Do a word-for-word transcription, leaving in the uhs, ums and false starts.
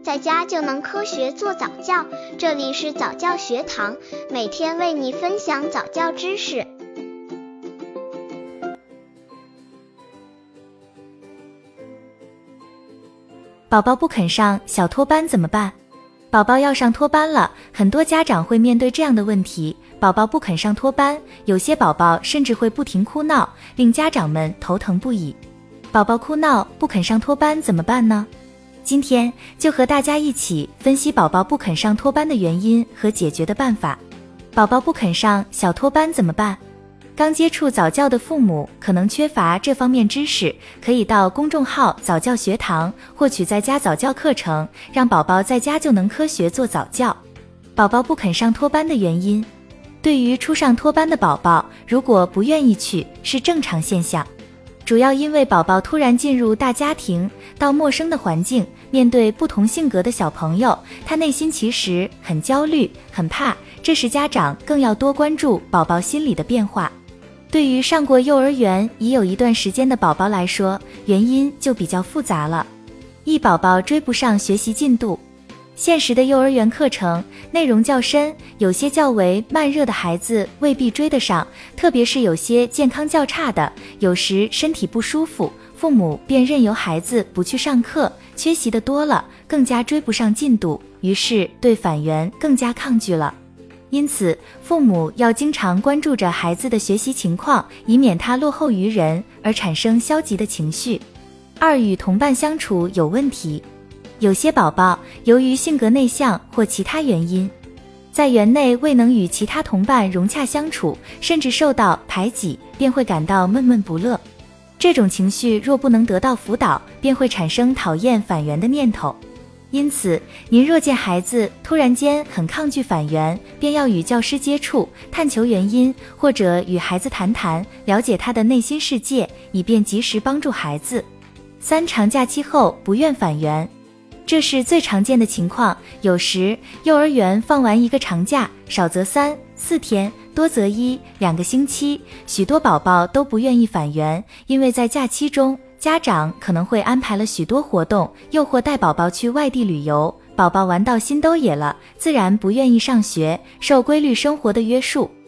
在家就能科学做早教。这里是早教学堂，每天为你分享早教知识。 宝宝不肯上小托班怎么办？宝宝要上托班了，很多家长会面对这样的问题，宝宝不肯上托班，有些宝宝甚至会不停哭闹，令家长们头疼不已。宝宝哭闹不肯上托班怎么办呢？今天就和大家一起分析宝宝不肯上托班的原因和解决的办法。宝宝不肯上小托班怎么办？刚接触早教的父母可能缺乏这方面知识，可以到公众号早教学堂获取在家早教课程，让宝宝在家就能科学做早教。宝宝不肯上托班的原因，对于初上托班的宝宝，如果不愿意去是正常现象，主要因为宝宝突然进入大家庭，到陌生的环境，面对不同性格的小朋友，他内心其实很焦虑很怕，这时家长更要多关注宝宝心理的变化。对于上过幼儿园已有一段时间的宝宝来说，原因就比较复杂了。一、宝宝追不上学习进度。现实的幼儿园课程内容较深，有些较为慢热的孩子未必追得上，特别是有些健康较差的，有时身体不舒服，父母便任由孩子不去上课，缺席的多了，更加追不上进度，于是对返园更加抗拒了。因此，父母要经常关注着孩子的学习情况，以免他落后于人而产生消极的情绪。二、与同伴相处有问题。有些宝宝由于性格内向或其他原因，在园内未能与其他同伴融洽相处，甚至受到排挤，便会感到闷闷不乐。这种情绪若不能得到辅导，便会产生讨厌返园的念头。因此，您若见孩子突然间很抗拒返园，便要与教师接触，探求原因，或者与孩子谈谈，了解他的内心世界，以便及时帮助孩子。三、长假期后不愿返园。这是最常见的情况，有时幼儿园放完一个长假，少则三四天，多则一两个星期，许多宝宝都不愿意返园，因为在假期中，家长可能会安排了许多活动，又或带宝宝去外地旅游，宝宝玩到心都野了，自然不愿意上学，受规律生活的约束。